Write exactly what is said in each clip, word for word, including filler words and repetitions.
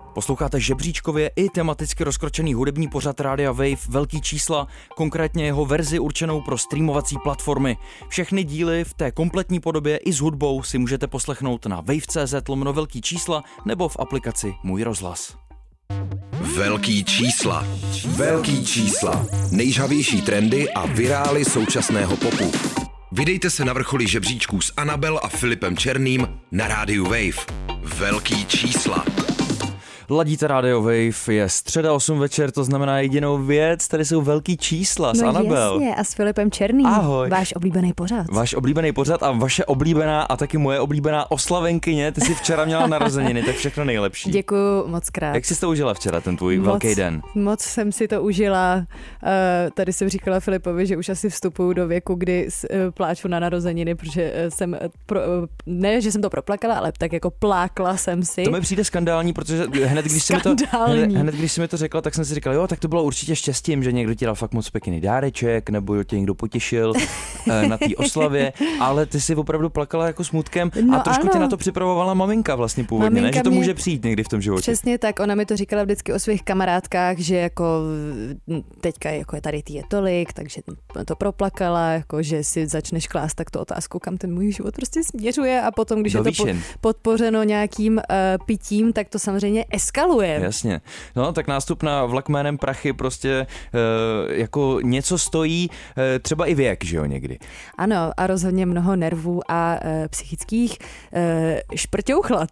Posloucháte žebříčkově i tematicky rozkročený hudební pořad Rádia Wave Velký čísla, konkrétně jeho verzi určenou pro streamovací platformy. Všechny díly v té kompletní podobě i s hudbou si můžete poslechnout na wave tečka cz lomeno velký čísla nebo v aplikaci Můj rozhlas. Velký čísla. Velký čísla. Nejžhavější trendy a virály současného popu. Vydejte se na vrcholy žebříčků s Anabel a Filipem Černým na rádiu Wave. Velký čísla. Ladíte Radio Wave, je středa osm večer, to znamená jedinou věc, tady jsou velký čísla s no Anabel. Jasně, a s Filipem Černým. Ahoj. Váš oblíbený pořad. Váš oblíbený pořad a vaše oblíbená a taky moje oblíbená oslavenkyně, ty jsi včera měla narozeniny, tak všechno nejlepší. Děkuju moc krát. Jak jsi to užila včera, ten tvůj moc, velký den? Moc jsem si to užila. Uh, tady jsem říkala Filipovi, že už asi vstupuju do věku, kdy uh, pláču na narozeniny, protože uh, jsem, uh, pro, uh, ne, že jsem to proplakala, ale tak jako plákla jsem si. To mi přijde skandální, protože hned když si mi to Hned, hned když jsi mi to řekla, tak jsem si říkal, jo, tak to bylo určitě štěstím, že někdo ti dal fakt moc pěkný dáreček, nebo tě někdo potěšil na té oslavě, ale ty si opravdu plakala jako smutkem a no trošku ano. tě na to připravovala maminka vlastně původně, maminka ne? Že to může přijít někdy v tom životě. Přesně tak, ona mi to říkala vždycky o svých kamarádkách, že jako teďka jako je tady tý je tolik, takže to proplakala, jako že si začneš klást tak tu otázku, kam ten můj život prostě směřuje a potom, když Do je to po, podpořeno nějakým uh, pitím, tak to samozřejmě eskaluje. Jasně. No, tak nástup na vlak jménem Prachy prostě e, jako něco stojí, e, třeba i věk, že jo, někdy. Ano, a rozhodně mnoho nervů a e, psychických e, šprťouchlat.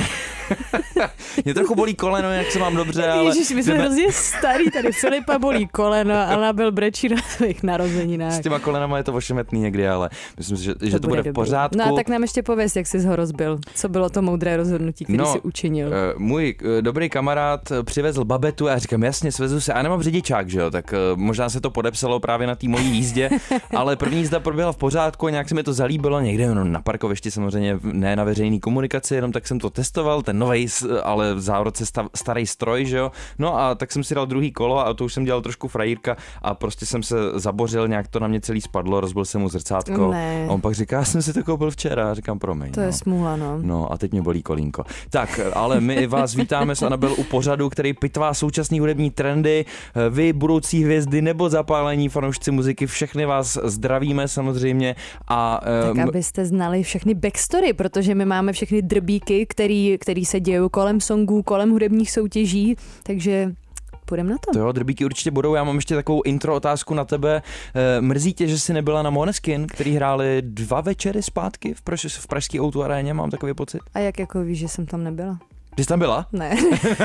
Mě trochu bolí koleno, jak se mám dobře, ale... Ježiš, my jsme jdeme... hrozně starý, tady Filipa bolí koleno a Anabel brečí na svých narozeninách. S těma kolenama je to ošemetný někdy, ale myslím si, že to, že to bude, bude v pořádku. No a tak nám ještě pověz, jak jsi ho rozbil. Co bylo to moudré rozhodnutí, který no, jsi učinil? E, můj e, dobrý kamarád přivezl babetu a já říkám, jasně, svezu se, a nemám řidičák, že jo, tak uh, možná se to podepsalo právě na té mojí jízdě, ale první jízda proběhla v pořádku, nějak se mi to zalíbilo někde no, na parkovišti, samozřejmě ne na veřejné komunikaci, jenom tak jsem to testoval, ten novej, ale v zárodce stav, starý stroj, že jo, no a tak jsem si dal druhý kolo a to už jsem dělal trošku frajírka a prostě jsem se zabořil, nějak to na mě celý spadlo, rozbil jsem mu zrcátko. Ne. A on pak říká, já jsem si to koupil včera, a říkám, promiň. To no. je smůla, no. No a teď mě bolí kolínko. Tak, ale my vás vítáme s Anabel u pořadu, který pitvá současný hudební trendy, vy budoucí hvězdy nebo zapálení fanoušci muziky, všechny vás zdravíme samozřejmě. A, tak um, abyste znali všechny backstory, protože my máme všechny drbíky, který, který se dějí kolem songů, kolem hudebních soutěží, takže půjdeme na to. To jo, drbíky určitě budou. Já mám ještě takovou intro otázku na tebe. Mrzí tě, že jsi nebyla na Måneskin, který hráli dva večery zpátky v, Praž- v pražské ó dva aréně, mám takový pocit. A jak jako víš, že jsem tam nebyla? Ty jsi tam byla? Ne.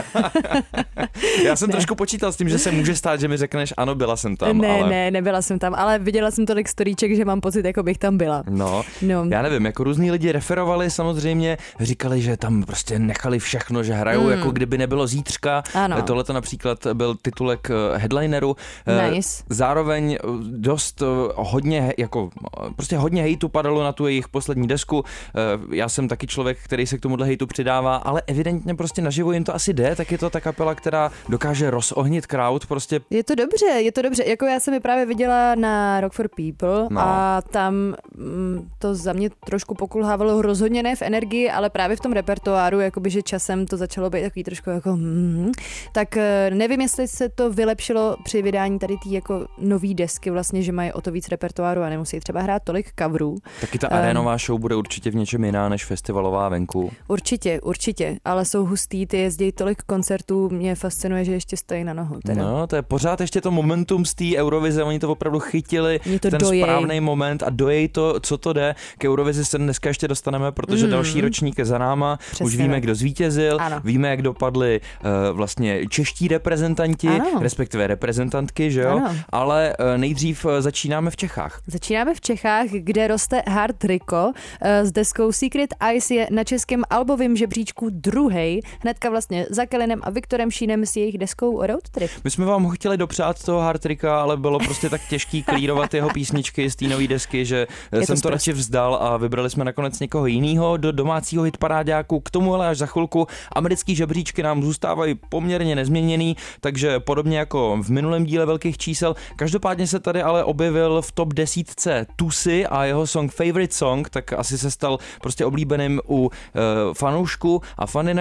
Já jsem ne. trošku počítal s tím, že se může stát, že mi řekneš, ano, byla jsem tam. Ne, ale... ne, nebyla jsem tam, ale viděla jsem tolik storíček, že mám pocit, jako bych tam byla. No, no. Já nevím, jako různý lidi referovali samozřejmě, říkali, že tam prostě nechali všechno, že hrajou, mm. jako kdyby nebylo zítřka. Ano. Tohle to například byl titulek headlineru. Nice. Zároveň dost hodně, jako prostě hodně hejtu padalo na tu jejich poslední desku. Já jsem taky člověk, který se k tomuhle hejtu přidává, ale evidentně prostě naživo jim to asi jde, tak je to ta kapela, která dokáže rozohnit crowd, prostě. Je to dobře, je to dobře, jako já jsem je právě viděla na Rock for People no. a tam mm, to za mě trošku pokulhávalo, rozhodně ne v energii, ale právě v tom repertoáru, jakoby, že časem to začalo být takový trošku jako mm, tak nevím, jestli se to vylepšilo při vydání tady tý jako nový desky vlastně, že mají o to víc repertoáru a nemusí třeba hrát tolik coverů. Taky ta um, arénová show bude určitě v něčem jiná než festivalová venku. Určitě, určitě, ale jsou hustý, ty jezdí tolik koncertů, mě fascinuje, že ještě stojí na nohu. Teda. No, to je pořád ještě to momentum z té Eurovize, oni to opravdu chytili, to ten dojej. správný moment a dojej to, co to jde. K Eurovizi se dneska ještě dostaneme, protože mm. další ročník je za náma, přesně už víme, kdo zvítězil, ano. Víme, jak dopadli uh, vlastně čeští reprezentanti, ano. respektive reprezentantky, že jo? Ano. Ale uh, nejdřív uh, začínáme v Čechách. Začínáme v Čechách, kde roste Hard Rico. Uh, s deskou Secret Eyes je na českém albovém žebříčku druhej, hnedka vlastně za Kellynem a Viktorem Šínem s jejich deskou Road Trip. My jsme vám chtěli dopřát toho Hard Ricka, ale bylo prostě tak těžký klírovat jeho písničky z té nové desky, že je jsem to, to radši vzdal a vybrali jsme nakonec někoho jiného do domácího hitparáďáku. K tomu ale až za chvilku. Americký žebříčky nám zůstávají poměrně nezměněný, takže podobně jako v minulém díle velkých čísel. Každopádně se tady ale objevil v top desítce Tusy a jeho song Favorite Song, tak asi se stal prostě oblíbeným u uh, fanoušků a faninek.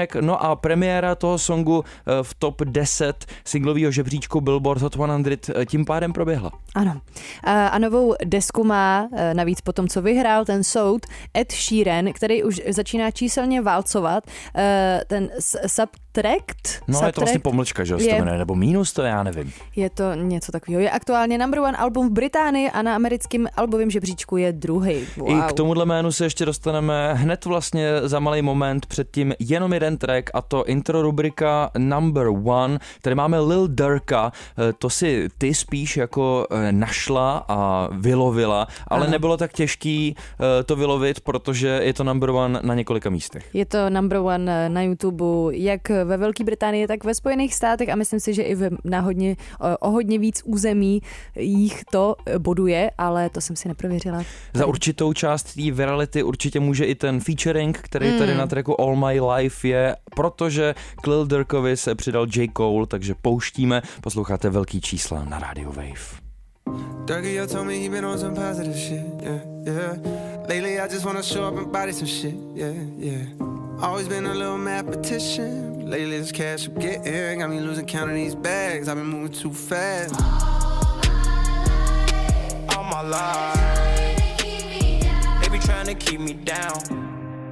track, no a premiéra toho songu v top deset singlového žebříčku Billboard Hot sto tím pádem proběhla. Ano. A novou desku má navíc po tom, co vyhrál ten soud, Ed Sheeran, který už začíná číselně válcovat. Ten Subtract. No Subtract je to vlastně pomlčka, že jo, je, nebo mínus, to já nevím. Je to něco takového. Je aktuálně number one album v Británii a na americkém albovém žebříčku je druhý. Wow. I k tomuhle jménu se ještě dostaneme hned vlastně za malý moment, předtím jenom jeden track a to intro rubrika number one. Tady máme Lil Durka, to si ty spíš jako našla a vylovila, ale ano. Nebylo tak těžký to vylovit, protože je to number one na několika místech. Je to number one na YouTube jak ve Velké Británii, tak ve Spojených státech a myslím si, že i v, na hodně, o hodně víc území jich to boduje, ale to jsem si neprověřila. Za určitou část té virality určitě může i ten featuring, který mm. tady na tracku All My Life je, protože k Lil Durkovi se přidal J. Cole, takže pouštíme, posloucháte Velký čísla na Radio Wave. Durky, yo told me he been on some positive shit, yeah, yeah. Lately I just wanna show up and body some shit, yeah, yeah. Always been a little mathematician. Lately this cash I'm getting got me losing count of these bags. I've been moving too fast. All my life, they be trying to keep me down.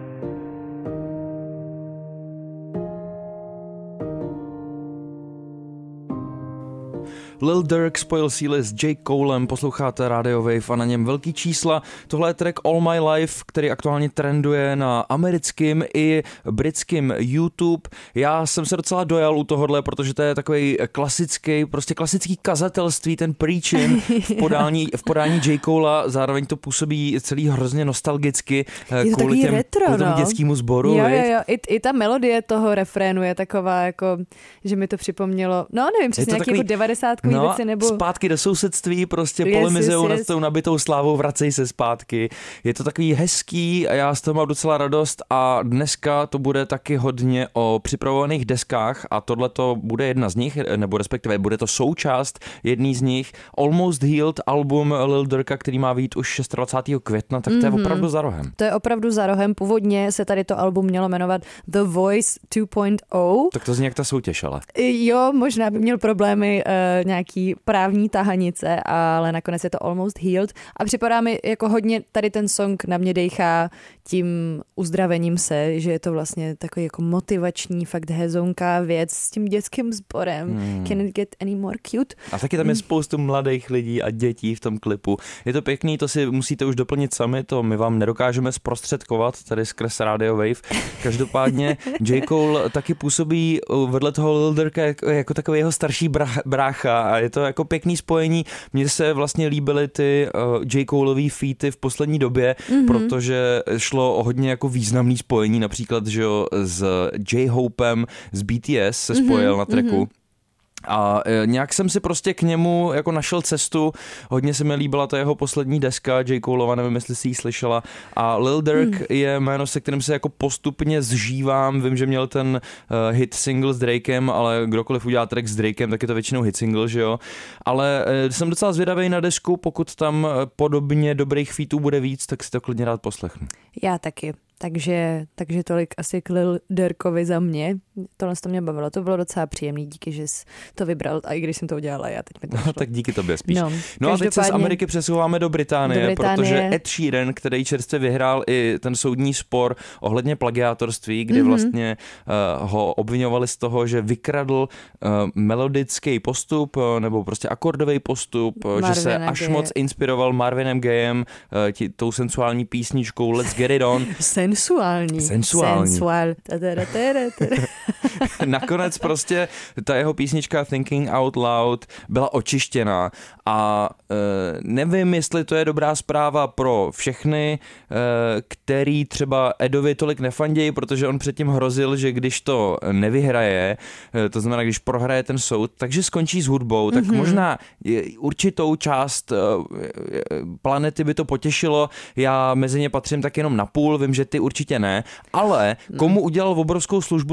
Lil Durk spojil síly s J. Colem, posloucháte Radio Wave a na něm velký čísla. Tohle je track All My Life, který aktuálně trenduje na americkém i britském YouTube. Já jsem se docela dojal u tohohle, protože to je takový klasický, prostě klasický kazatelství, ten preaching v podání, v podání J. Cola, zároveň to působí celý hrozně nostalgicky je to kvůli, těm, retro, kvůli tomu no? dětskému sboru. Jo, jo, jo. I, I ta melodie toho refrénu je taková, jako, že mi to připomnělo, no nevím, přesně nějaký takový... jako devadesátkový no, věci, nebo... zpátky do sousedství, prostě yes, polemizujou yes, nad yes. tou nabitou slávou, vracej se zpátky. Je to takový hezký a já z toho mám docela radost a dneska to bude taky hodně o připravovaných deskách a tohle to bude jedna z nich, nebo respektive bude to součást jedný z nich. Almost Healed, album Lil Durka, který má vyjít už dvacátého šestého května, tak to je mm-hmm. opravdu za rohem. To je opravdu za rohem. Původně se tady to album mělo jmenovat The Voice dva tečka nula. Tak to zní jak ta soutěž, ale. Jo, možná by měl problémy uh, nějaký právní tahanice, ale nakonec je to Almost Healed a připadá mi jako hodně tady ten song na mě dejchá tím uzdravením se, že je to vlastně takový jako motivační, fakt hezonká věc s tím dětským sborem. Hmm. Can it get any more cute? A taky tam je spoustu mladých lidí a dětí v tom klipu. Je to pěkný, to si musíte už doplnit sami, to my vám nedokážeme zprostředkovat tady skrz Radio Wave. Každopádně J. Cole taky působí vedle toho Lil Durka jako, jako takový jeho starší brácha a je to jako pěkný spojení. Mně se vlastně líbily ty uh, J. Coleový featy v poslední době, mm-hmm. protože šlo o hodně jako významný spojení, například, že jo, s J-Hopem z B T S se spojil mm-hmm. na tracku. Mm-hmm. A nějak jsem si prostě k němu jako našel cestu, hodně se mi líbila ta jeho poslední deska, J. Coleova, nevím, jestli jsi ji slyšela. A Lil Durk hmm. je jméno, se kterým se jako postupně zžívám, vím, že měl ten uh, hit single s Drakem, ale kdokoliv udělá track s Drakem, tak je to většinou hit single, že jo. Ale uh, jsem docela zvědavý na desku, pokud tam uh, podobně dobrých featů bude víc, tak si to klidně rád poslechnu. Já taky. Takže, takže tolik asi k Lil Durkovi za mě. Tohle to mě bavilo, to bylo docela příjemný, díky, že jsi to vybral, a i když jsem to udělala, já teď mi to no, tak díky tobě spíš. No, no a teď se z Ameriky přesouváme do Británie, do Británie, protože Ed Sheeran, který čerstvě vyhrál i ten soudní spor ohledně plagiátorství, kdy mm-hmm. vlastně uh, ho obviňovali z toho, že vykradl uh, melodický postup, uh, nebo prostě akordový postup, uh, že se až Gaye. moc inspiroval Marvinem Gayem, uh, tí, tou sensuální písničkou Let's Get It On. Sensuální. Sensuální. Sensuál. Nakonec prostě ta jeho písnička Thinking Out Loud byla očištěná a e, nevím, jestli to je dobrá zpráva pro všechny, e, který třeba Edovi tolik nefandějí, protože on předtím hrozil, že když to nevyhraje, e, to znamená, když prohraje ten soud, takže skončí s hudbou, tak mm-hmm. možná určitou část e, planety by to potěšilo, já mezi ně patřím tak jenom na půl, vím, že ty určitě ne, ale komu udělal obrovskou službu jsou všichni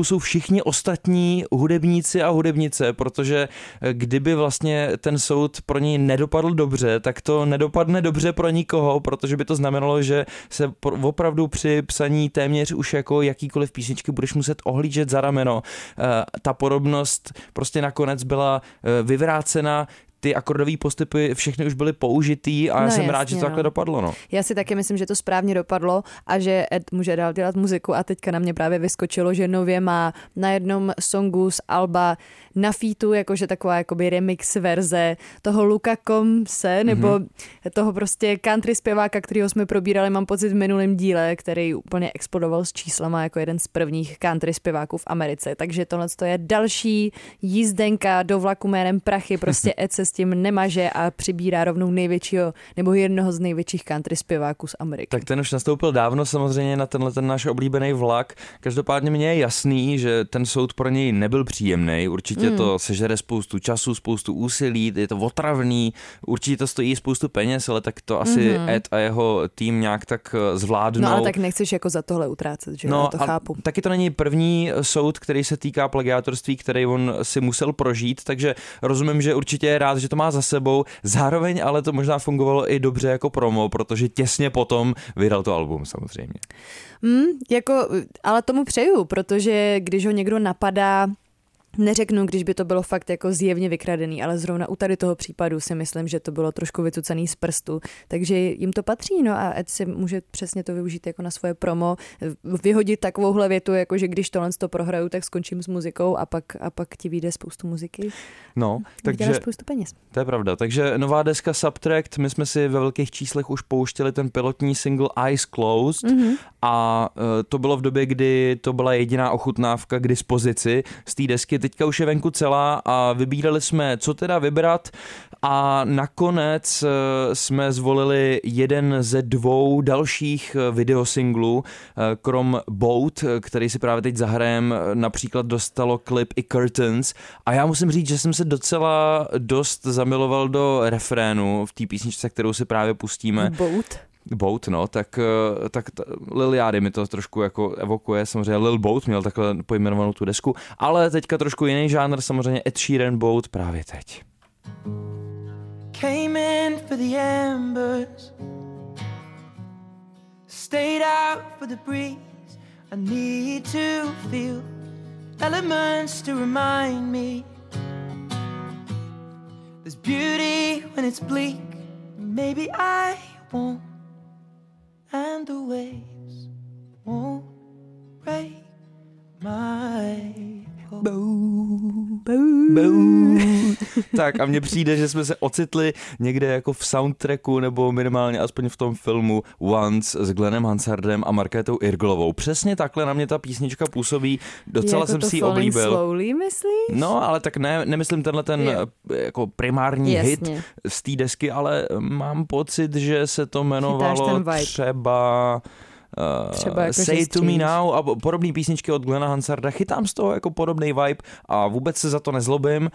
všichni ostatní hudebníci a hudebnice, protože kdyby vlastně ten soud pro něj nedopadl dobře, tak to nedopadne dobře pro nikoho, protože by to znamenalo, že se opravdu při psaní téměř už jako jakýkoliv písničky budeš muset ohlížet za rameno. Ta podobnost prostě nakonec byla vyvrácena, ty akordové postupy všechny už byly použitý a no, já jsem jasně, rád, že to no. takhle dopadlo. No. Já si taky myslím, že to správně dopadlo a že Ed může dál dělat muziku a teďka na mě právě vyskočilo, že nově má na jednom songu z alba na featu, jakože taková jakoby remix verze toho Luka Combse, nebo mm-hmm. toho prostě country zpěváka, kterýho jsme probírali, mám pocit v minulém díle, který úplně explodoval s číslama jako jeden z prvních country zpěváků v Americe. Takže tohle je další jízdenka do vlaku jménem Prachy, prostě Ed se s tím nemaže a přibírá rovnou největšího nebo jednoho z největších country zpěváků z Ameriky. Tak ten už nastoupil dávno samozřejmě na tenhle ten náš oblíbený vlak. Každopádně mně je jasný, že ten soud pro něj nebyl příjemný. Určitě mm. to sežere spoustu času, spoustu úsilí, je to otravný, určitě to stojí spoustu peněz, ale tak to asi mm-hmm. Ed a jeho tým nějak tak zvládnou. No ale tak nechceš jako za tohle utrácet, že? No, já to chápu. Taky to není první soud, který se týká plagiátorství, který on si musel prožít, takže rozumím, že určitě je rád, že to má za sebou. Zároveň ale to možná fungovalo i dobře jako promo, protože těsně potom vydal to album samozřejmě. Mm, jako, ale tomu přeju, protože když ho někdo napadá, neřeknu, když by to bylo fakt jako zjevně vykradený, ale zrovna u tady toho případu si myslím, že to bylo trošku vycucaný z prstu, takže jim to patří, no a Ed si může přesně to využít jako na svoje promo, vyhodit takovouhle větu, jako že když tohle to prohraju, tak skončím s muzikou a pak, a pak ti vyjde spoustu muziky. No, takže spoustu peněz. To je pravda, takže nová deska Subtract, my jsme si ve velkých číslech už pouštěli ten pilotní single Eyes Closed mm-hmm. a uh, to bylo v době, kdy to byla jediná ochutnávka k dispozici z té desky. Teďka už je venku celá a vybírali jsme, co teda vybrat a nakonec jsme zvolili jeden ze dvou dalších videosinglů, krom Boat, který si právě teď zahrajem, například dostalo klip i Curtains a já musím říct, že jsem se docela dost zamiloval do refrénu v té písničce, kterou si právě pustíme. Boat? Boat, no, tak, tak Lil Yachty mi to trošku jako evokuje, samozřejmě Lil Boat měl takhle pojmenovanou tu desku, ale teďka trošku jiný žánr, samozřejmě Ed Sheeran Boat právě teď. Came in for the embers, stayed out for the breeze, I need to feel elements to remind me there's beauty when it's bleak, maybe I won't. And the waves won't break my boat. Tak a mně přijde, že jsme se ocitli někde jako v soundtracku nebo minimálně aspoň v tom filmu Once s Glennem Hansardem a Markétou Irglovou. Přesně takhle na mě ta písnička působí, docela jako jsem si ji oblíbil. Slowly, myslíš? No, ale tak ne, nemyslím tenhle ten je. jako primární Jasně. hit z té desky, ale mám pocit, že se to jmenovalo třeba... Uh, jako Say to me now a podobné písničky od Glena Hansarda. Chytám z toho jako podobný vibe a vůbec se za to nezlobím.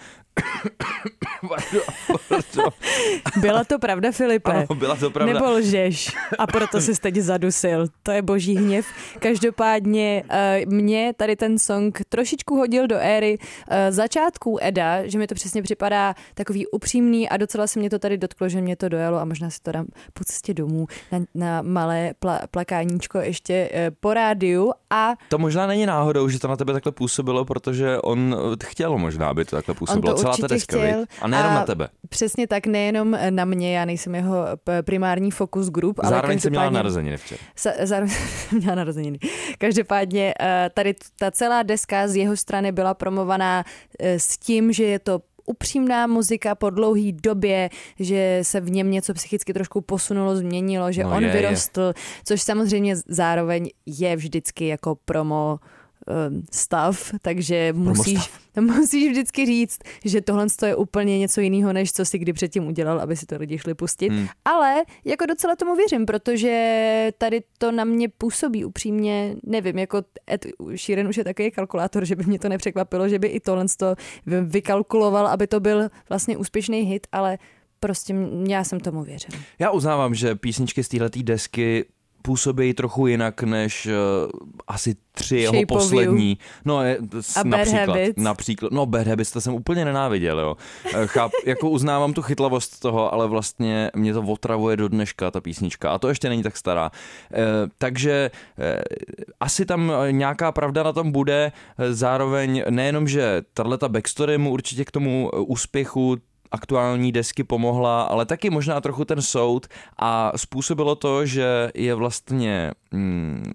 Byla to pravda, Filipe? Ano, byla to pravda. Nebo lžeš a proto jsi teď zadusil. To je boží hněv. Každopádně uh, mě tady ten song trošičku hodil do éry uh, začátků Eda, že mi to přesně připadá takový upřímný a docela se mě to tady dotklo, že mě to dojalo a možná si to dám po cestě domů na, na malé pla, plakáníčko ještě uh, po rádiu a... To možná není náhodou, že to na tebe takhle působilo, protože on chtěl možná, aby to takhle působilo. Celá ta deska, chtěl, a nejenom a na tebe. Přesně tak, nejenom na mě, já nejsem jeho primární focus group. Ale zároveň jsem měla narozeniny včera. Zároveň jsem měla narozeniny. Každopádně tady ta celá deska z jeho strany byla promovaná s tím, že je to upřímná muzika po dlouhý době, že se v něm něco psychicky trošku posunulo, změnilo, že no on je, vyrostl, je. Což samozřejmě zároveň je vždycky jako promo stav, takže musíš, musíš vždycky říct, že tohle je úplně něco jiného, než co si kdy předtím udělal, aby si to lidi šli pustit. Hmm. Ale jako docela tomu věřím, protože tady to na mě působí upřímně, nevím, jako Ed Sheeran už je takový kalkulátor, že by mě to nepřekvapilo, že by i tohle vykalkuloval, aby to byl vlastně úspěšný hit, ale prostě já jsem tomu věřil. Já uznávám, že písničky z téhletý desky působí trochu jinak než uh, asi tři jeho Shape poslední. No, je, a například, Bad Habits. například. No, Bad Habits, to jsem úplně nenáviděl, jo. Cháp, jako uznávám tu chytlavost toho, ale vlastně mě to otravuje do dneška, ta písnička. A to ještě není tak stará. E, takže e, asi tam nějaká pravda na tom bude. Zároveň nejenom, že tato backstory mu určitě k tomu úspěchu aktuální desky pomohla, ale taky možná trochu ten soud a způsobilo to, že je vlastně mm,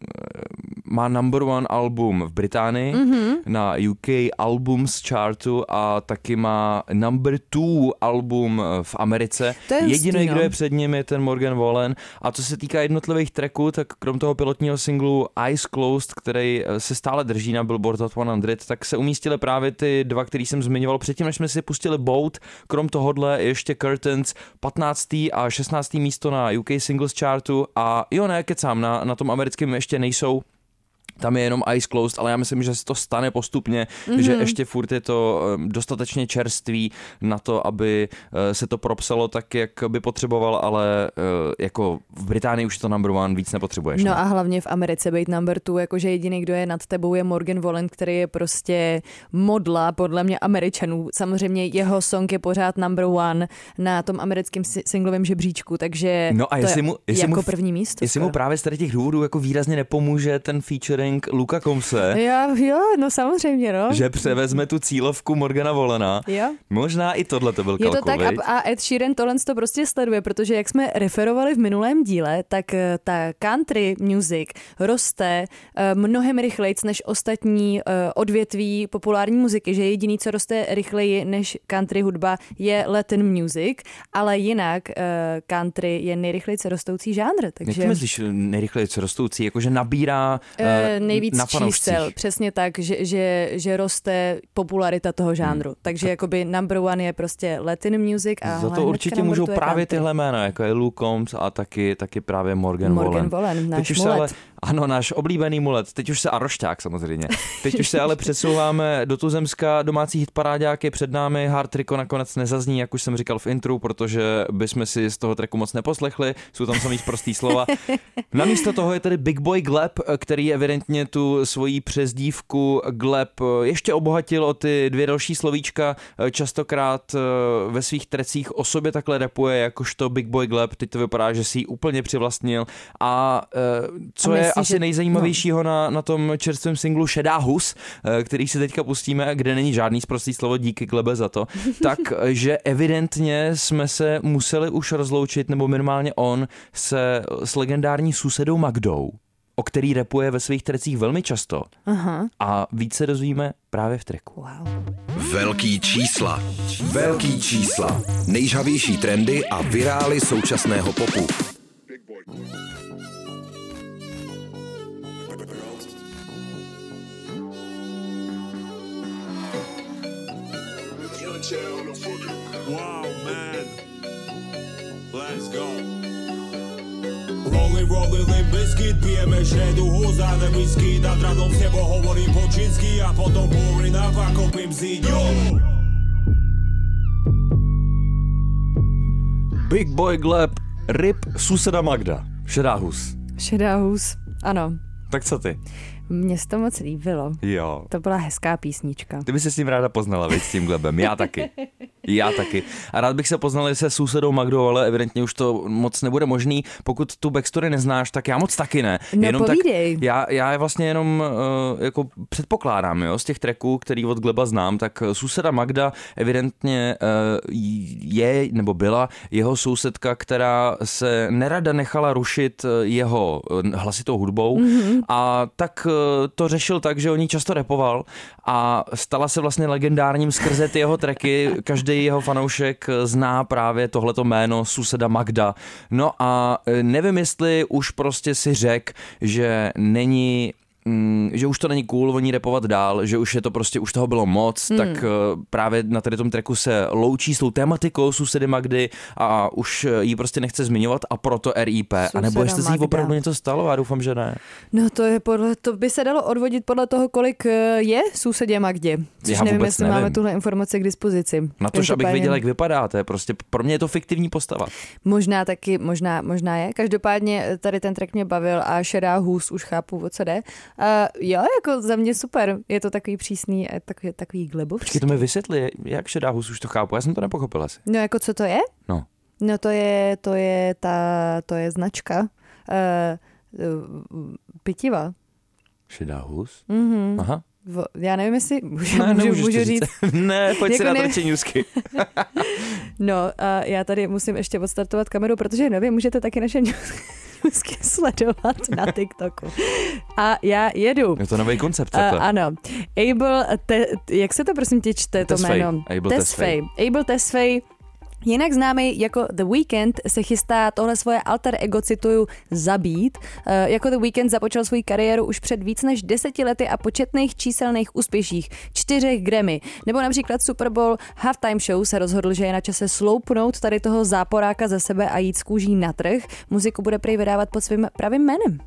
má number one album v Británii mm-hmm. na U K Albums Chartu a taky má number two album v Americe. Jediný, kdo je před ním, je ten Morgan Wallen. A co se týká jednotlivých tracků, tak krom toho pilotního singlu Eyes Closed, který se stále drží na Billboard Hot sto, tak se umístily právě ty dva, který jsem zmiňoval předtím, než jsme si pustili Boat. Krom tohodle ještě Curtains, patnácté a šestnácté místo na U K Singles Chartu a jo, ne, kecám, na, na tom americkém ještě nejsou. Tam je jenom Eyes Closed, ale já myslím, že se to stane postupně, mm-hmm. že ještě furt je to dostatečně čerství na to, aby se to propsalo tak, jak by potřeboval, ale jako v Británii už to number one víc nepotřebuješ. No ne? a hlavně v Americe být number two, jakože jediný, kdo je nad tebou, je Morgan Wallen, který je prostě modla, podle mě Američanů. Samozřejmě jeho song je pořád number one na tom americkém singlovém žebříčku, takže no a to jestli je mu, jestli jako mu, první místo. Jestli skoro. mu právě z těch důvodů jako výrazně nepomůže ten featuring Luka Combse. Jo, jo, no samozřejmě, no. Že převezme tu cílovku Morgana Wallena. Jo. Možná i tohle to byl Je kalkul, to tak a, a Ed Sheeran tohle to prostě sleduje, protože jak jsme referovali v minulém díle, tak ta country music roste uh, mnohem rychlejc než ostatní uh, odvětví populární muziky, že jediný, co roste rychleji než country hudba, je Latin music, ale jinak uh, country je nejrychlejc rostoucí žánr. Takže... Jak to myslíš nejrychlejc rostoucí? Jakože nabírá uh, uh, nejvíc na čísel, přesně tak, že, že, že roste popularita toho žánru. Hmm. Takže tak. jakoby number one je prostě Latin music a za to určitě můžou právě country. Tyhle jména, jako je Luke Combs a taky, taky právě Morgan, Morgan Wallen. Wallen, náš Teď už mulet. Se ale, ano, náš oblíbený mulet. Teď už se a rošťák samozřejmě. Teď už se ale přesouváme do tuzemska. Domácí hitparáďák je před námi. Hard Triko nakonec nezazní, jak už jsem říkal v intru, protože bychom si z toho tracku moc neposlechli. Jsou tam samý prostý slova. Namísto toho je tedy Big Boy Gleb, který evidentně tu svoji přezdívku Gleb ještě obohatil o ty dvě další slovíčka. Častokrát ve svých trecích o sobě takhle rapuje, jakožto Big Boy Gleb. Teď to vypadá, že si ji úplně přivlastnil. A co a je myslí, asi že... nejzajímavějšího no. na, na tom čerstvém singlu Šedá hus, který si teďka pustíme, kde není žádný sprostý slovo, díky Glebe za to, tak, že evidentně jsme se museli už rozloučit, nebo minimálně on, se s legendární Susedou Magdou, o který rapuje ve svých trecích velmi často. Aha. A víc se dozvíme právě v tracku. Wow. Velký čísla. Velký čísla. Nejžhavější trendy a virály současného popu. Wow, man. Let's go. Rolling, rolling, limp bizkit, pijeme šedu hus a ne whisky, nad ranom s tebou hovorím po čínsky a potom pouring up a kopím si, yo! Big Boy Gleb, rip Suseda Magda, Šedá hus. Šedá hus, ano. Tak co ty? Mně se to moc líbilo. Jo. To byla hezká písnička. Ty by se s ním ráda poznala, víc, s tím Glebem. Já taky. Já taky. A rád bych se poznal se Susedou Magdou, ale evidentně už to moc nebude možný. Pokud tu backstory neznáš, tak já moc taky ne. No jenom povídej. Tak, já, já je vlastně jenom uh, jako předpokládám, jo, z těch tracků, který od Gleba znám, tak Suseda Magda evidentně uh, je, nebo byla jeho sousedka, která se nerada nechala rušit jeho hlasitou hudbou mm-hmm. a tak to řešil tak, že o ní často rapoval a stala se vlastně legendárním skrze ty jeho tracky. Každý jeho fanoušek zná právě tohleto jméno Suseda Magda. No a nevím, jestli už prostě si řekl, že není mm, že už to není cool o ní rapovat dál, že už je to prostě, už toho bylo moc, mm. tak uh, právě na tady tom tracku se loučí s tou tématikou Sousedy Magdy a už jí prostě nechce zmiňovat a proto R I P. Souseda a nebo jestli se jí opravdu něco stalo, já doufám, že ne. No to je podle, to by se dalo odvodit podle toho, kolik je Sousedě Magdě. Což já nevím, jestli nevím. Máme tuhle informaci k dispozici. Na to, abych věděl, jak vypadá, to je prostě, pro mě je to fiktivní postava. Možná taky, možná, možná je. Každopádně tady ten track mě bavil a Šedá hůz už chápu, o co jde. Uh, jo, jako za mě super. Je to takový přísný, takový, takový glebovský. Počkej, to mi vysvětli, jak Šedá hůz už to chápu, já jsem to nepochopil asi. No jako co to je? No. No to je, to je ta, to je značka uh, uh, pitiva. Šedá hůz? Mhm. Aha. Já nevím, jestli můžu, ne, můžu, můžu říct. Ne, pojď jako si na ne... trčeňůzky. No a já tady musím ještě odstartovat kameru, protože nevím, můžete taky naše newsky sledovat na TikToku. A já jedu. Je to nový koncept. Uh, ano. Able, te, jak se to prosím tě čte to Tesfaye. jméno? Able Tesfaye. Able Tesfaye. Jinak známý jako The Weeknd se chystá tohle svoje alter ego, cituju, zabít. E, jako The Weeknd započal svou kariéru už před víc než deseti lety a početných číselných úspěších, čtyřech Grammy. Nebo například Super Bowl Halftime Show se rozhodl, že je na čase sloupnout tady toho záporáka ze sebe a jít z kůží na trh. Muziku bude prý vydávat pod svým pravým jménem.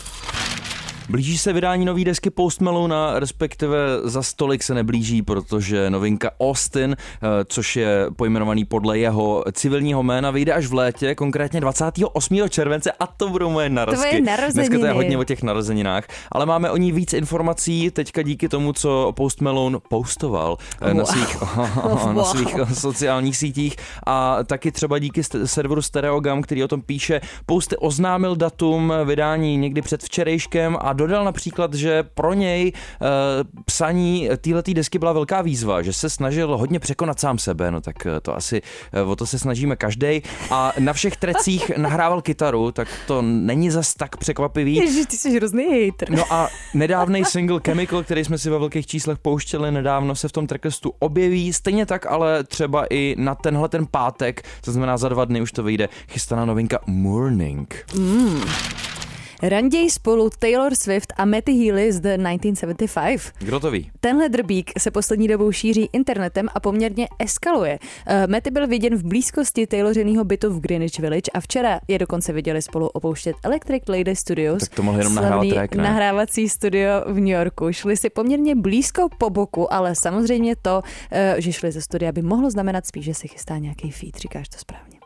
Blíží se vydání nový desky Post Malona, respektive za stolik se neblíží, protože novinka Austin, což je pojmenovaný podle jeho civilního jména, vyjde až v létě, konkrétně dvacátého osmého července a to budou moje narozky. Tvoje narozeniny. Dneska to je hodně o těch narozeninách, ale máme o ní víc informací teďka díky tomu, co Post Malone postoval wow. na, svých, wow. na svých sociálních sítích a taky třeba díky serveru Stereogam, který o tom píše. Post oznámil datum vydání někdy před včerejškem a dodal například, že pro něj e, psaní téhletý desky byla velká výzva, že se snažil hodně překonat sám sebe, no tak to asi e, o to se snažíme každej a na všech trecích nahrával kytaru, tak to není zas tak překvapivý. Ježiš, ty jsi hrozný hejter. No a nedávnej single Chemical, který jsme si ve velkých číslech pouštěli nedávno, se v tom tracklistu objeví, stejně tak ale třeba i na tenhle ten pátek, to znamená za dva dny už to vyjde, chystaná novinka Morning. Mm. Randěj spolu Taylor Swift a Matty Healy z The devatenáct set sedmdesát pět. Kdo to ví? Tenhle drbík se poslední dobou šíří internetem a poměrně eskaluje. Uh, Matty byl viděn v blízkosti Taylořinýho bytu v Greenwich Village a včera je dokonce viděli spolu opouštět Electric Lady Studios. Tak to mohl jenom nahrávat track, ne? Nahrávací studio v New Yorku. Šli si poměrně blízko po boku, ale samozřejmě to, uh, že šli ze studia, by mohlo znamenat spíš, že se chystá nějaký feat. Říkáš to správně.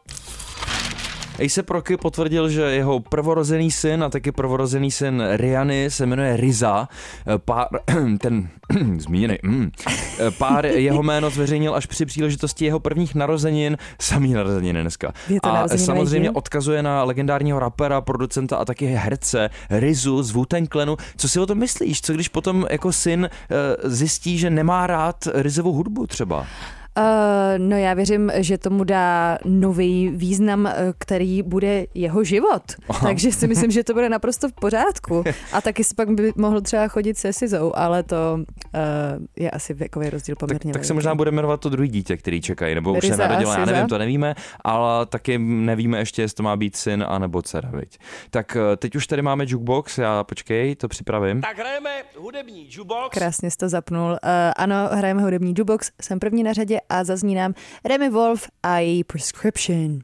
A$ep Rocky potvrdil, že jeho prvorozený syn a taky prvorozený syn Rihanny se jmenuje Riza. Pár, ten zmíněný, mm, pár jeho jméno zveřejnil až při příležitosti jeho prvních narozenin, samý narozeniny dneska. A samozřejmě odkazuje na legendárního rapera, producenta a taky herce Rizu z Wu-Tang Clanu. Co si o tom myslíš? Co když potom jako syn zjistí, že nemá rád Rizovou hudbu třeba? Uh, no já věřím, že tomu dá nový význam, který bude jeho život. Aha. Takže si myslím, že to bude naprosto v pořádku. A taky si pak by mohl třeba chodit se Sizou, ale to uh, je asi věkový rozdíl poměrně. Tak, tak se možná bude jmenovat to druhý dítě, který čekají, nebo už se narodilo, já nevím, to nevíme, ale taky nevíme ještě, jestli to má být syn anebo dcera, viď. Tak teď už tady máme jukebox, já počkej, to připravím. Tak hrajeme hudební jukebox. Krásně jsi to zapnul. Uh, ano, hrajeme hudební jukebox, jsem první na řadě a zazní nám Remi Wolf a její Prescription.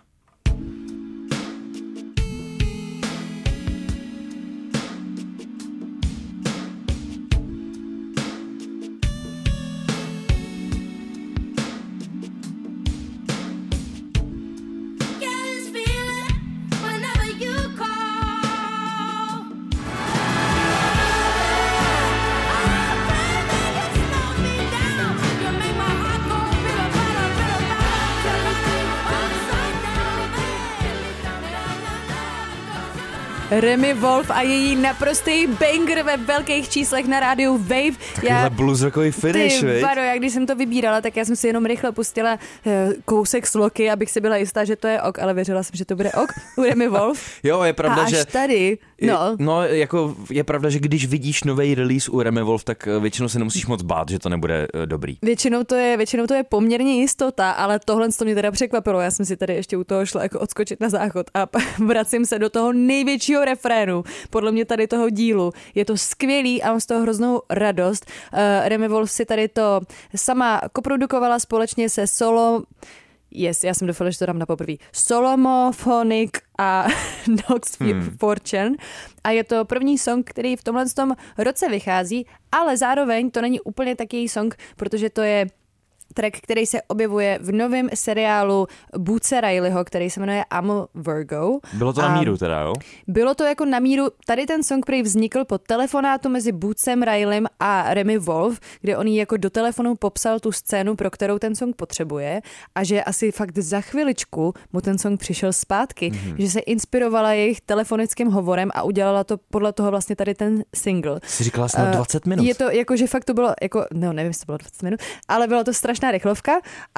Remi Wolf a její naprostý banger ve velkých číslech na rádiu Wave. Takovýhle bluesrockový finish, ty vado, já když jsem to vybírala, tak já jsem si jenom rychle pustila kousek sloky, abych si byla jistá, že to je ok, ale věřila jsem, že to bude ok u Remi Wolf. Jo, je pravda, a až že... tady No. no, jako je pravda, že když vidíš nový release u Remy Wolf, tak většinou se nemusíš moc bát, že to nebude dobrý. Většinou to je, většinou to je poměrně jistota, ale tohle to mě teda překvapilo. Já jsem si tady ještě u toho šla jako odskočit na záchod a vracím se do toho největšího refrénu, podle mě tady toho dílu. Je to skvělý a mám z toho hroznou radost. Uh, Remy Wolf si tady to sama koprodukovala společně se Solo... Yes, já jsem doufala, že to dám na poprvé. Solomophonic a Nox hmm. Fortune. A je to první song, který v tomhle tom roce vychází, ale zároveň to není úplně tak její song, protože to je track, který se objevuje v novém seriálu Bootse Rileyho, který se jmenuje Amo Virgo. Bylo to na míru teda, jo? Bylo to jako na míru. Tady ten song prý vznikl po telefonátu mezi Bootsem Rileym a Remy Wolf, kde on jí jako do telefonu popsal tu scénu, pro kterou ten song potřebuje a že asi fakt za chviličku mu ten song přišel zpátky, mm-hmm. že se inspirovala jejich telefonickým hovorem a udělala to podle toho vlastně tady ten single. Jsi říkala snad dvacet minut. Je to jako, že fakt to bylo jako, no nevím, jestli to bylo dvacet minut, ale bylo to strašná rychlovka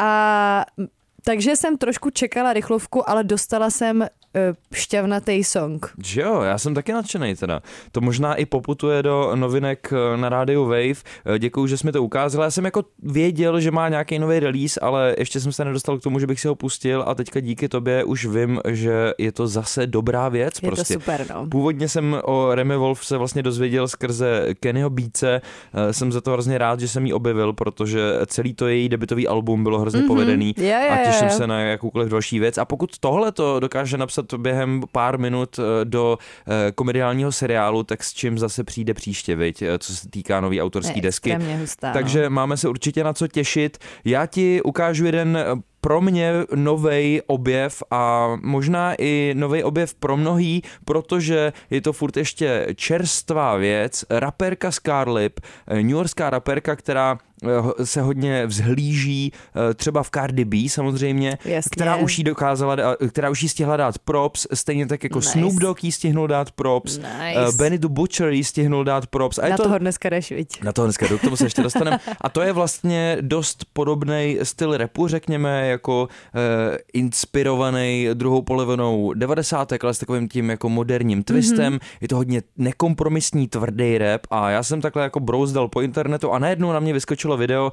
a takže jsem trošku čekala rychlovku, ale dostala jsem šťavnatý song. Že jo, já jsem taky nadšenej teda. To možná i poputuje do novinek na rádiu Wave. Děkuju, že jsi mi to ukázal. Já jsem jako věděl, že má nějaký nový release, ale ještě jsem se nedostal k tomu, že bych si ho pustil a teďka díky tobě už vím, že je to zase dobrá věc. Je prostě. To super, no. Původně jsem o Remy Wolf se vlastně dozvěděl skrze Kennyho Beatse. Jsem za to hrozně rád, že jsem ji objevil, protože celý to její debutový album bylo hrozně mm-hmm. povedený je, je, a těším je. se na jakoukoliv další věc. A pokud tohle to dokáže napsat během pár minut do komediálního seriálu, tak s čím zase přijde příště, viď, co se týká nový autorský desky. Hustá, Takže no. máme se určitě na co těšit. Já ti ukážu jeden pro mě novej objev a možná i novej objev pro mnohý, protože je to furt ještě čerstvá věc. Raperka Scarlip, newyorská raperka, která se hodně vzhlíží třeba v Cardi B samozřejmě, Jasně. která už jí dokázala, která už jí stihla dát props, stejně tak jako nice. Snoop Dogg jí stihnul dát props, nice. Benny the Butcher jí stihnul dát props. A na je to, toho dneska jdeš, viď? Na toho dneska jdu, k tomu se ještě dostaneme. A to je vlastně dost podobný styl rapu, řekněme, jako eh, inspirovaný druhou polovinou devadesátek, ale s takovým tím jako moderním twistem. Mm-hmm. Je to hodně nekompromisní, tvrdý rap a já jsem takhle jako brouzdal po internetu a najednou na mě vyskočilo video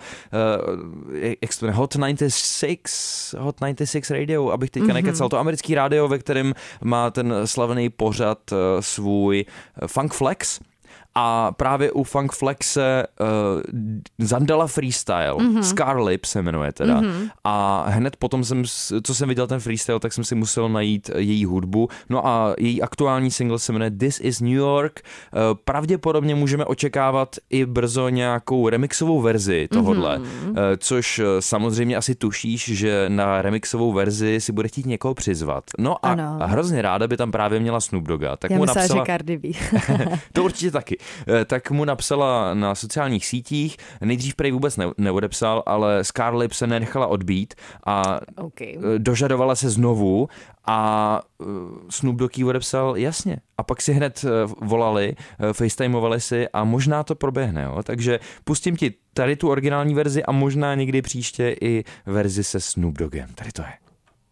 eh, jak se to jmenuje, Hot devadesát šest, Hot devadesát šest Radio, abych teďka mm-hmm. nekecal. To americký rádio, ve kterém má ten slavný pořad eh, svůj Funk Flex. A právě u Funk Flexe uh, Zandala Freestyle, mm-hmm. Scarlip se jmenuje teda. Mm-hmm. A hned potom jsem, co jsem viděl ten freestyle, tak jsem si musel najít její hudbu. No a její aktuální single se jmenuje This is New York. Uh, pravděpodobně můžeme očekávat i brzo nějakou remixovou verzi tohodle. Mm-hmm. Uh, což samozřejmě asi tušíš, že na remixovou verzi si bude chtít někoho přizvat. No a, a hrozně ráda by tam právě měla Snoop Dogga. Tak Já mu myslela, napsala... že Cardi B. To určitě taky. Tak mu napsala na sociálních sítích, nejdřív prej vůbec ne- neodepsal, ale Scarlip se nenechala odbít a okay. dožadovala se znovu a Snoop Dogg jí odepsal jasně. A pak si hned volali, facetimovali si a možná to proběhne. Jo? Takže pustím ti tady tu originální verzi a možná někdy příště i verzi se Snoop Doggem. Tady to je.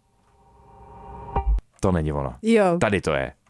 To není ono. Jo. Tady to je.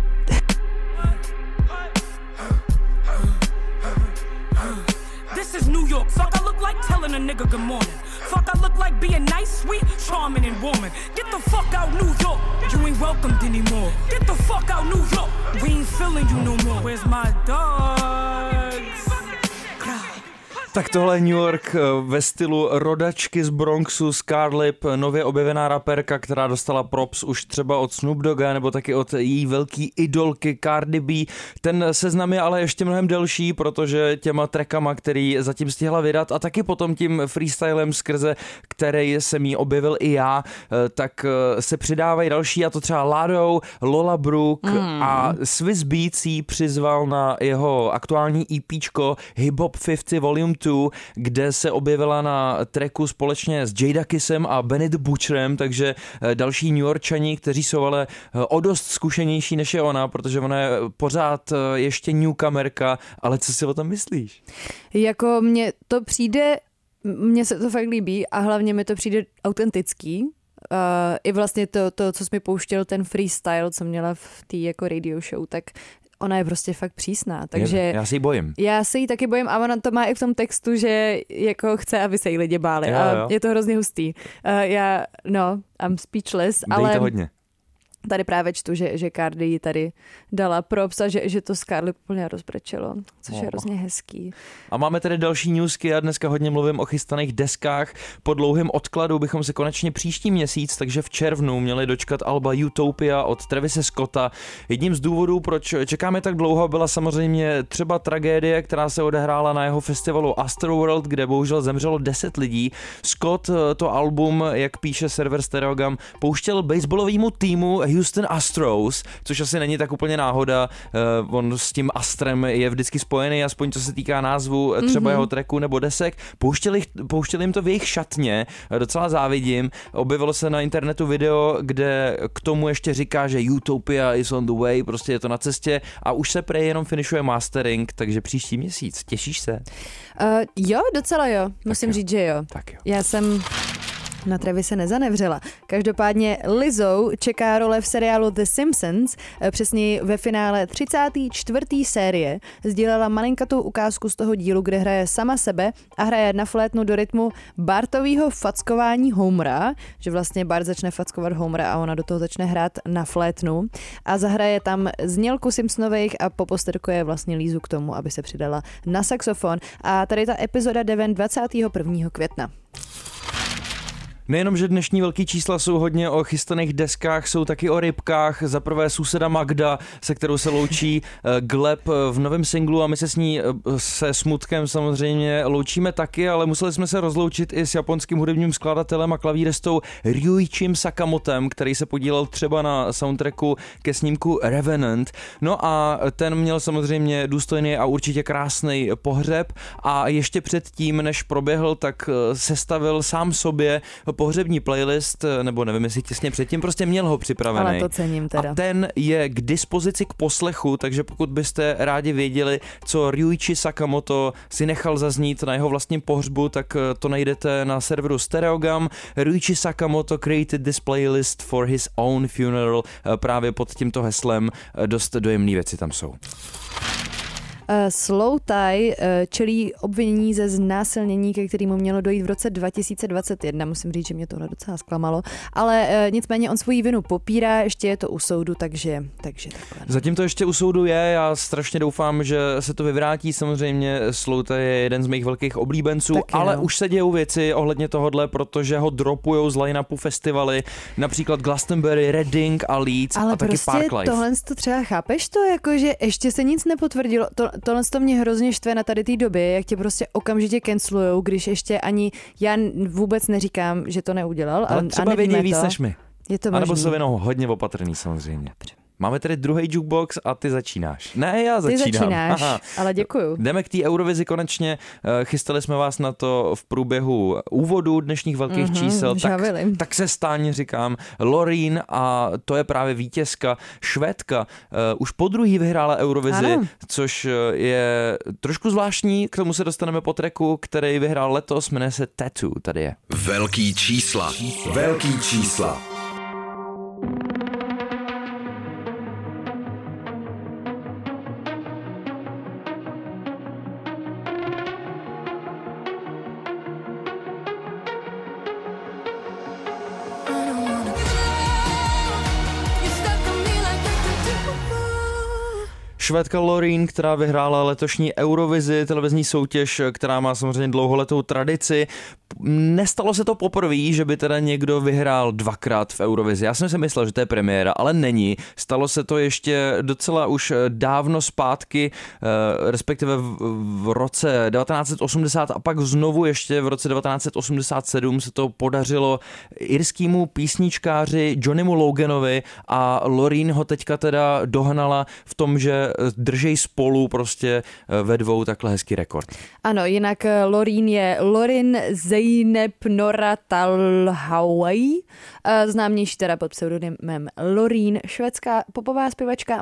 Fuck, I look like telling a nigga good morning. Fuck, I look like being nice, sweet, charming, and warming. Get the fuck out, New York. You ain't welcomed anymore. Get the fuck out, New York. We ain't feeling you no more. Where's my dogs? Tak tohle je New York ve stylu rodačky z Bronxu, Scarlip, nově objevená raperka, která dostala props už třeba od Snoop Dogga nebo taky od její velký idolky Cardi B. Ten seznam je ale ještě mnohem delší, protože těma trackama, který zatím stihla vydat a taky potom tím freestylem, skrze který jsem jí objevil i já, tak se přidávají další, a to třeba Lado, Lola Brooke mm. a Swiss Beats jí přizval na jeho aktuální EPčko Hip Hop padesát Volume dva, kde se objevila na tracku společně s Jadakissem a Benny the Butcherem, takže další New Yorkčani, kteří jsou ale o dost zkušenější než je ona, protože ona je pořád ještě newcomerka, ale co si o tom myslíš? Jako mně to přijde, mně se to fakt líbí a hlavně mi to přijde autentický. Uh, I vlastně to, to, co jsi mi pouštěl, ten freestyle, co měla v té jako radio show, tak ona je prostě fakt přísná, takže... Je, já se jí bojím. Já se jí taky bojím a ona to má i v tom textu, že jako chce, aby se jí lidi báli jo, a jo. je to hrozně hustý. Uh, já, no, I'm speechless, Dej ale... to hodně. Tady právě čtu, že, že Cardi jí tady dala props a že, že to Scarlett úplně rozbrečelo, což oh. je hrozně hezký. A máme tady další newsky, já dneska hodně mluvím o chystaných deskách. Po dlouhém odkladu bychom se konečně příští měsíc, takže v červnu, měli dočkat alba Utopia od Travise Scotta. Jedním z důvodů, proč čekáme tak dlouho, byla samozřejmě třeba tragédie, která se odehrála na jeho festivalu Astroworld, kde bohužel zemřelo deset lidí. Scott to album, jak píše server Stereogam, pouštěl baseballovému týmu Houston Astros, což asi není tak úplně náhoda. Uh, on s tím Astrem je vždycky spojený, aspoň co se týká názvu třeba mm-hmm. jeho tracku nebo desek. Pouštěli, pouštěli jim to v jejich šatně, docela závidím. Objevilo se na internetu video, kde k tomu ještě říká, že Utopia is on the way, prostě je to na cestě a už se prej jenom finišuje mastering, takže příští měsíc. Těšíš se? Uh, jo, docela jo. Musím jo. říct, že jo. Tak jo. Já jsem... na Travise nezanevřela. Každopádně Lizzo čeká role v seriálu The Simpsons, přesněji ve finále třicáté čtvrté série. Sdílela malinkatou ukázku z toho dílu, kde hraje sama sebe a hraje na flétnu do rytmu Bartovýho fackování Homera, že vlastně Bart začne fackovat Homera a ona do toho začne hrát na flétnu a zahraje tam znělku Simpsonových a popostrkuje vlastně Lizu k tomu, aby se přidala na saxofon. A tady ta epizoda jde ven dvacátého prvního května. Nejenom, že dnešní velký čísla jsou hodně o chystaných deskách, jsou taky o rybkách. Za prvé souseda Magda, se kterou se loučí Gleb v novém singlu a my se s ní se smutkem samozřejmě loučíme taky, ale museli jsme se rozloučit i s japonským hudebním skladatelem a klavíristou Ryuichim Sakamotem, který se podílel třeba na soundtracku ke snímku Revenant. No a ten měl samozřejmě důstojný a určitě krásný pohřeb a ještě předtím, než proběhl, tak sestavil sám sobě pohřební playlist, nebo nevím, jestli těsně předtím, prostě měl ho připravený. Ale to cením teda. A ten je k dispozici k poslechu, takže pokud byste rádi věděli, co Ryuichi Sakamoto si nechal zaznít na jeho vlastním pohřbu, tak to najdete na serveru Stereogam. Ryuichi Sakamoto created this playlist for his own funeral. Právě pod tímto heslem dost dojemné věci tam jsou. Uh, Slow Tie uh, čelí obvinění ze znásilnění, ke kterému mělo dojít v roce dva tisíce dvacet jedna. Musím říct, že mě tohle docela zklamalo, ale uh, nicméně on svoji vinu popírá, ještě je to u soudu, takže, takže takhle. No. Zatím to ještě u soudu je, já strašně doufám, že se to vyvrátí, samozřejmě Slow Tie je jeden z mých velkých oblíbenců, taky, ale no. už se dějou věci ohledně tohodle, protože ho dropujou z line-upu festivaly, například Glastonbury, Reading a Leeds ale a taky prostě Parklife. tohle to třeba chápeš to, jakože ještě se nic nepotvrdilo, to, tohle to mě hrozně štve na tady té době, jak tě prostě okamžitě cancelujou, když ještě ani, já vůbec neříkám, že to neudělal. Ale a, třeba a vědí víc to. než my. Je to a nebo možný. jsou jenom hodně opatrný samozřejmě. Dobře. Máme tady druhý jukebox a ty začínáš. Ne, já začínám. Ty začínáš, Aha. ale děkuju. Jdeme k té Eurovizi konečně. Chystali jsme vás na to v průběhu úvodu dnešních velkých Mm-hmm, čísel. Tak, tak se stáň, říkám. Loreen a to je právě vítězka. Švédka už po druhý vyhrála Eurovizi, ano. Což je trošku zvláštní. K tomu se dostaneme po tracku, který vyhrál letos. Jmenuje se Tattoo. Tady je. Velký čísla. Velký čísla. Švédka Loreen, která vyhrála letošní Eurovizi, televizní soutěž, která má samozřejmě dlouholetou tradici. Nestalo se to poprvé, že by teda někdo vyhrál dvakrát v Eurovizi. Já jsem si myslel, že to je premiéra, ale není. Stalo se to ještě docela už dávno zpátky, respektive v roce devatenáct set osmdesát a pak znovu ještě v roce devatenáct set osmdesát sedm se to podařilo irskému písničkáři Johnnymu Loganovi a Loreen ho teďka teda dohnala v tom, že držej spolu prostě ve dvou takhle hezký rekord. Ano, jinak Loreen je Lorin Zeynep Nora Talhawi, známější teda pod pseudonymem Loreen, švédská popová zpěvačka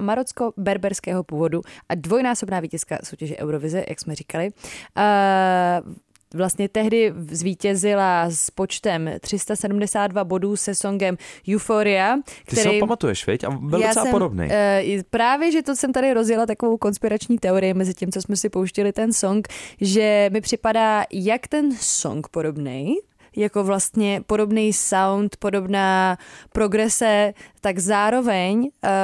marocko-berberského původu a dvojnásobná vítězka soutěže Eurovize, jak jsme říkali. vlastně tehdy zvítězila s počtem tři sta sedmdesát dva bodů se songem Euphoria. Ty který... si ho pamatuješ, viď? A byl Já docela jsem, podobný. Uh, právě, že to jsem tady rozjela takovou konspirační teorii mezi tím, co jsme si pouštili ten song, že mi připadá, jak ten song podobnej, jako vlastně podobný sound, podobná progrese, tak zároveň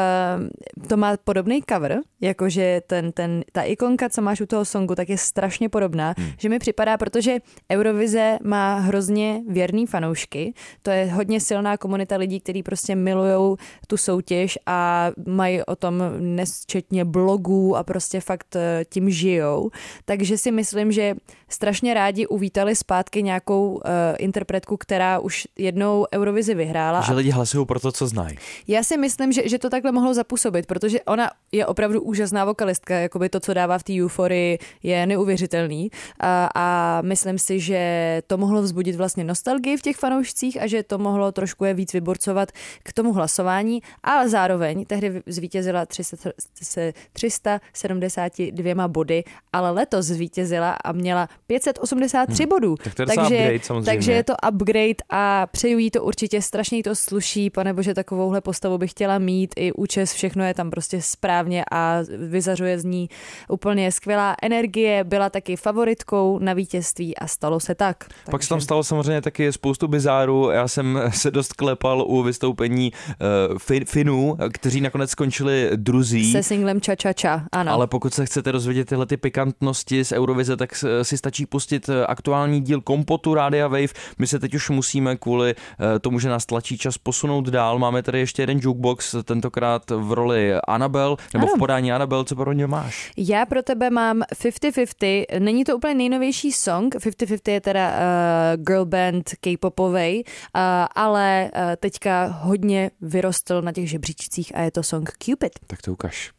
uh, to má podobný cover, jakože ten, ten, ta ikonka, co máš u toho songu, tak je strašně podobná, hmm. že mi připadá, protože Eurovize má hrozně věrný fanoušky, to je hodně silná komunita lidí, kteří prostě milujou tu soutěž a mají o tom nesčetně blogů a prostě fakt uh, tím žijou, takže si myslím, že strašně rádi uvítali zpátky nějakou uh, interpretku, která už jednou Eurovizi vyhrála. Že lidi hlasují pro to, co znají. Já si myslím, že, že to takhle mohlo zapůsobit, protože ona je opravdu úžasná vokalistka, jakoby to, co dává v té euforii, je neuvěřitelný a, a myslím si, že to mohlo vzbudit vlastně nostalgii v těch fanoušcích a že to mohlo trošku je víc vyborcovat k tomu hlasování, ale zároveň tehdy zvítězila tři sta sedmdesát dva body, ale letos zvítězila a měla pět set osmdesát tři hmm. bodů. Tak to je takže, upgrade, samozřejmě. takže je to upgrade a přeju jí to určitě, strašně jí to sluší, panebože, takovouhle postavu bych chtěla mít, i účes, všechno je tam prostě správně a vyzařuje z ní úplně skvělá energie, byla taky favoritkou na vítězství a stalo se tak. Pak takže... se tam stalo samozřejmě taky spoustu bizárů, já jsem se dost klepal u vystoupení uh, fin- Finů, kteří nakonec skončili druzí. Se singlem Cha Cha Cha, ano. Ale pokud se chcete dozvědět tyhle ty pikantnosti z Eurovize, tak si stačí pustit aktuální díl Kompotu Rádia Wave. My se teď už musíme kvůli tomu, že nás tlačí čas, posunout dál. Máme tady ještě jeden jukebox, tentokrát v roli Anabel, nebo ano. v podání Anabel. Co pro ně máš? Já pro tebe mám fifty fifty. Není to úplně nejnovější song. fifty fifty je teda uh, girl band K-popovej, uh, ale uh, teďka hodně vyrostl na těch žebříčcích a je to song Cupid. Tak to ukaž.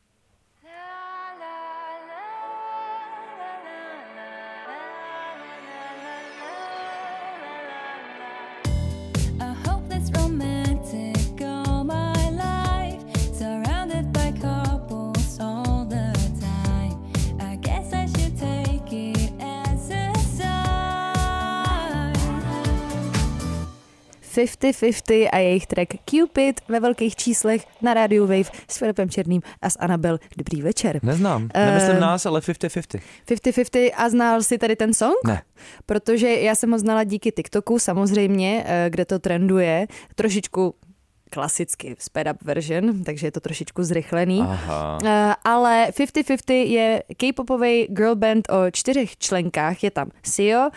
fifty fifty a jejich track Cupid ve velkých číslech na rádiu Wave s Filipem Černým a s Anabel. Dobrý večer. Neznám, nemyslím uh, nás, ale fifty fifty. fifty fifty a znal jsi tady ten song? Ne. Protože já jsem ho znala díky TikToku samozřejmě, kde to trenduje. Trošičku klasicky sped up version, takže je to trošičku zrychlený. Aha. Uh, ale fifty fifty je K-popový girl band o čtyřech členkách. Je tam Sio,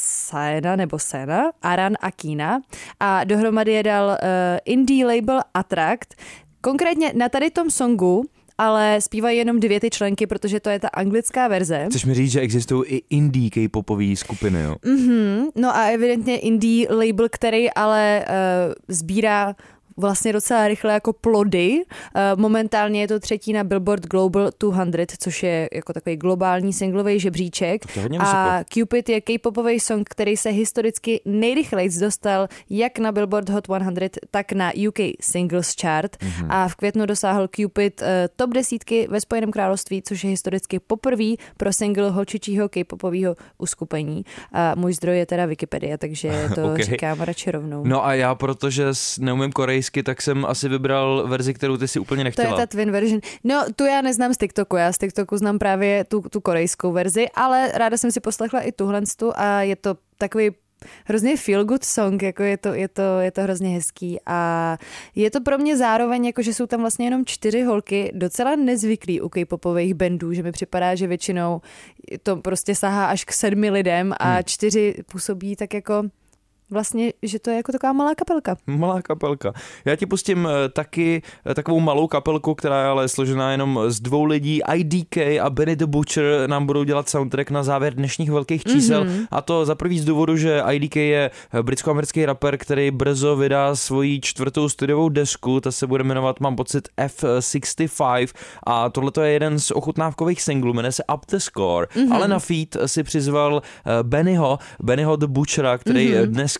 Saena nebo Sena, Aran a Kina. A dohromady je dal uh, indie label Attract. Konkrétně na tady tom songu ale zpívají jenom dvě ty členky, protože to je ta anglická verze. Chceš mi říct, že existují i indie K-popové skupiny, jo? Mm-hmm. No a evidentně indie label, který ale uh, sbírá vlastně docela rychle jako plody. Momentálně je to třetí na Billboard Global dvě stě, což je jako takový globální singlový žebříček. A Cupid je K-popový song, který se historicky nejrychleji dostal jak na Billboard Hot sto, tak na U K Singles Chart. Mm-hmm. A v květnu dosáhl Cupid uh, top desítky ve Spojeném království, což je historicky poprvé pro single holčičího K-popového uskupení. A můj zdroj je teda Wikipedia, takže to okay. říkám radši rovnou. No a já, protože neumím korejsky, tak jsem asi vybral verzi, kterou ty si úplně nechtěla. To je ta twin version. No, tu já neznám z TikToku, já z TikToku znám právě tu, tu korejskou verzi, ale ráda jsem si poslechla i tuhle a je to takový hrozně feel good song, jako je to, je to, je to hrozně hezký a je to pro mě zároveň, jako že jsou tam vlastně jenom čtyři holky, docela nezvyklý u K-popových bandů, že mi připadá, že většinou to prostě sahá až k sedmi lidem a hmm. čtyři působí tak jako vlastně, že to je jako taková malá kapelka. Malá kapelka. Já ti pustím taky takovou malou kapelku, která je ale složená jenom z dvou lidí. I D K a Benny the Butcher nám budou dělat soundtrack na závěr dnešních velkých čísel. Mm-hmm. A to za prvý z důvodu, že I D K je britsko-americký rapper, který brzo vydá svoji čtvrtou studiovou desku. Ta se bude jmenovat, mám pocit, F šedesát pět. A tohle je jeden z ochutnávkových singlů, jmenuje se Up the Score. Mm-hmm. Ale na feat si přizval Bennyho, Bennyho the Butchera, který mm-hmm. dnes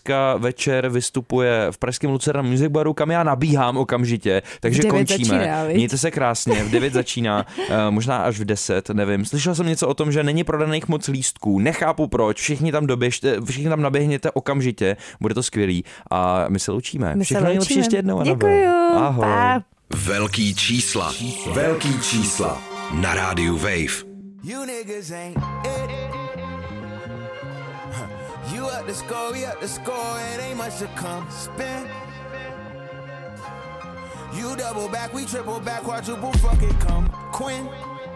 dneska večer vystupuje v pražském Lucerna Music Baru, kam já nabíhám okamžitě, takže končíme. Začíná, Mějte se krásně, v devět začíná, možná až v deset, nevím. Slyšel jsem něco o tom, že není prodaných moc lístků, nechápu proč, všichni tam doběžte, všichni tam naběhněte okamžitě, bude to skvělý a my se loučíme. My Všechno nejlepší ještě jednou. Děkuju. Ahoj. Pa. Velký čísla. Velký čísla. Na rádiu Wave. You niggas ain't it. You up the score, we up the score, it ain't much to come spend. You double back, we triple back, quadruple fucking come Quinn.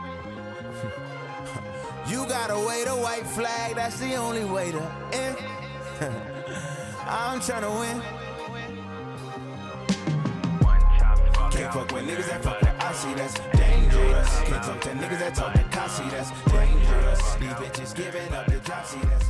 You gotta wave a white flag, that's the only way to end. I'm tryna win. Can't fuck with niggas that fuck with I see that's dangerous. Can't talk to niggas that talk to Kasi, that's dangerous. These bitches giving up the drop, see that's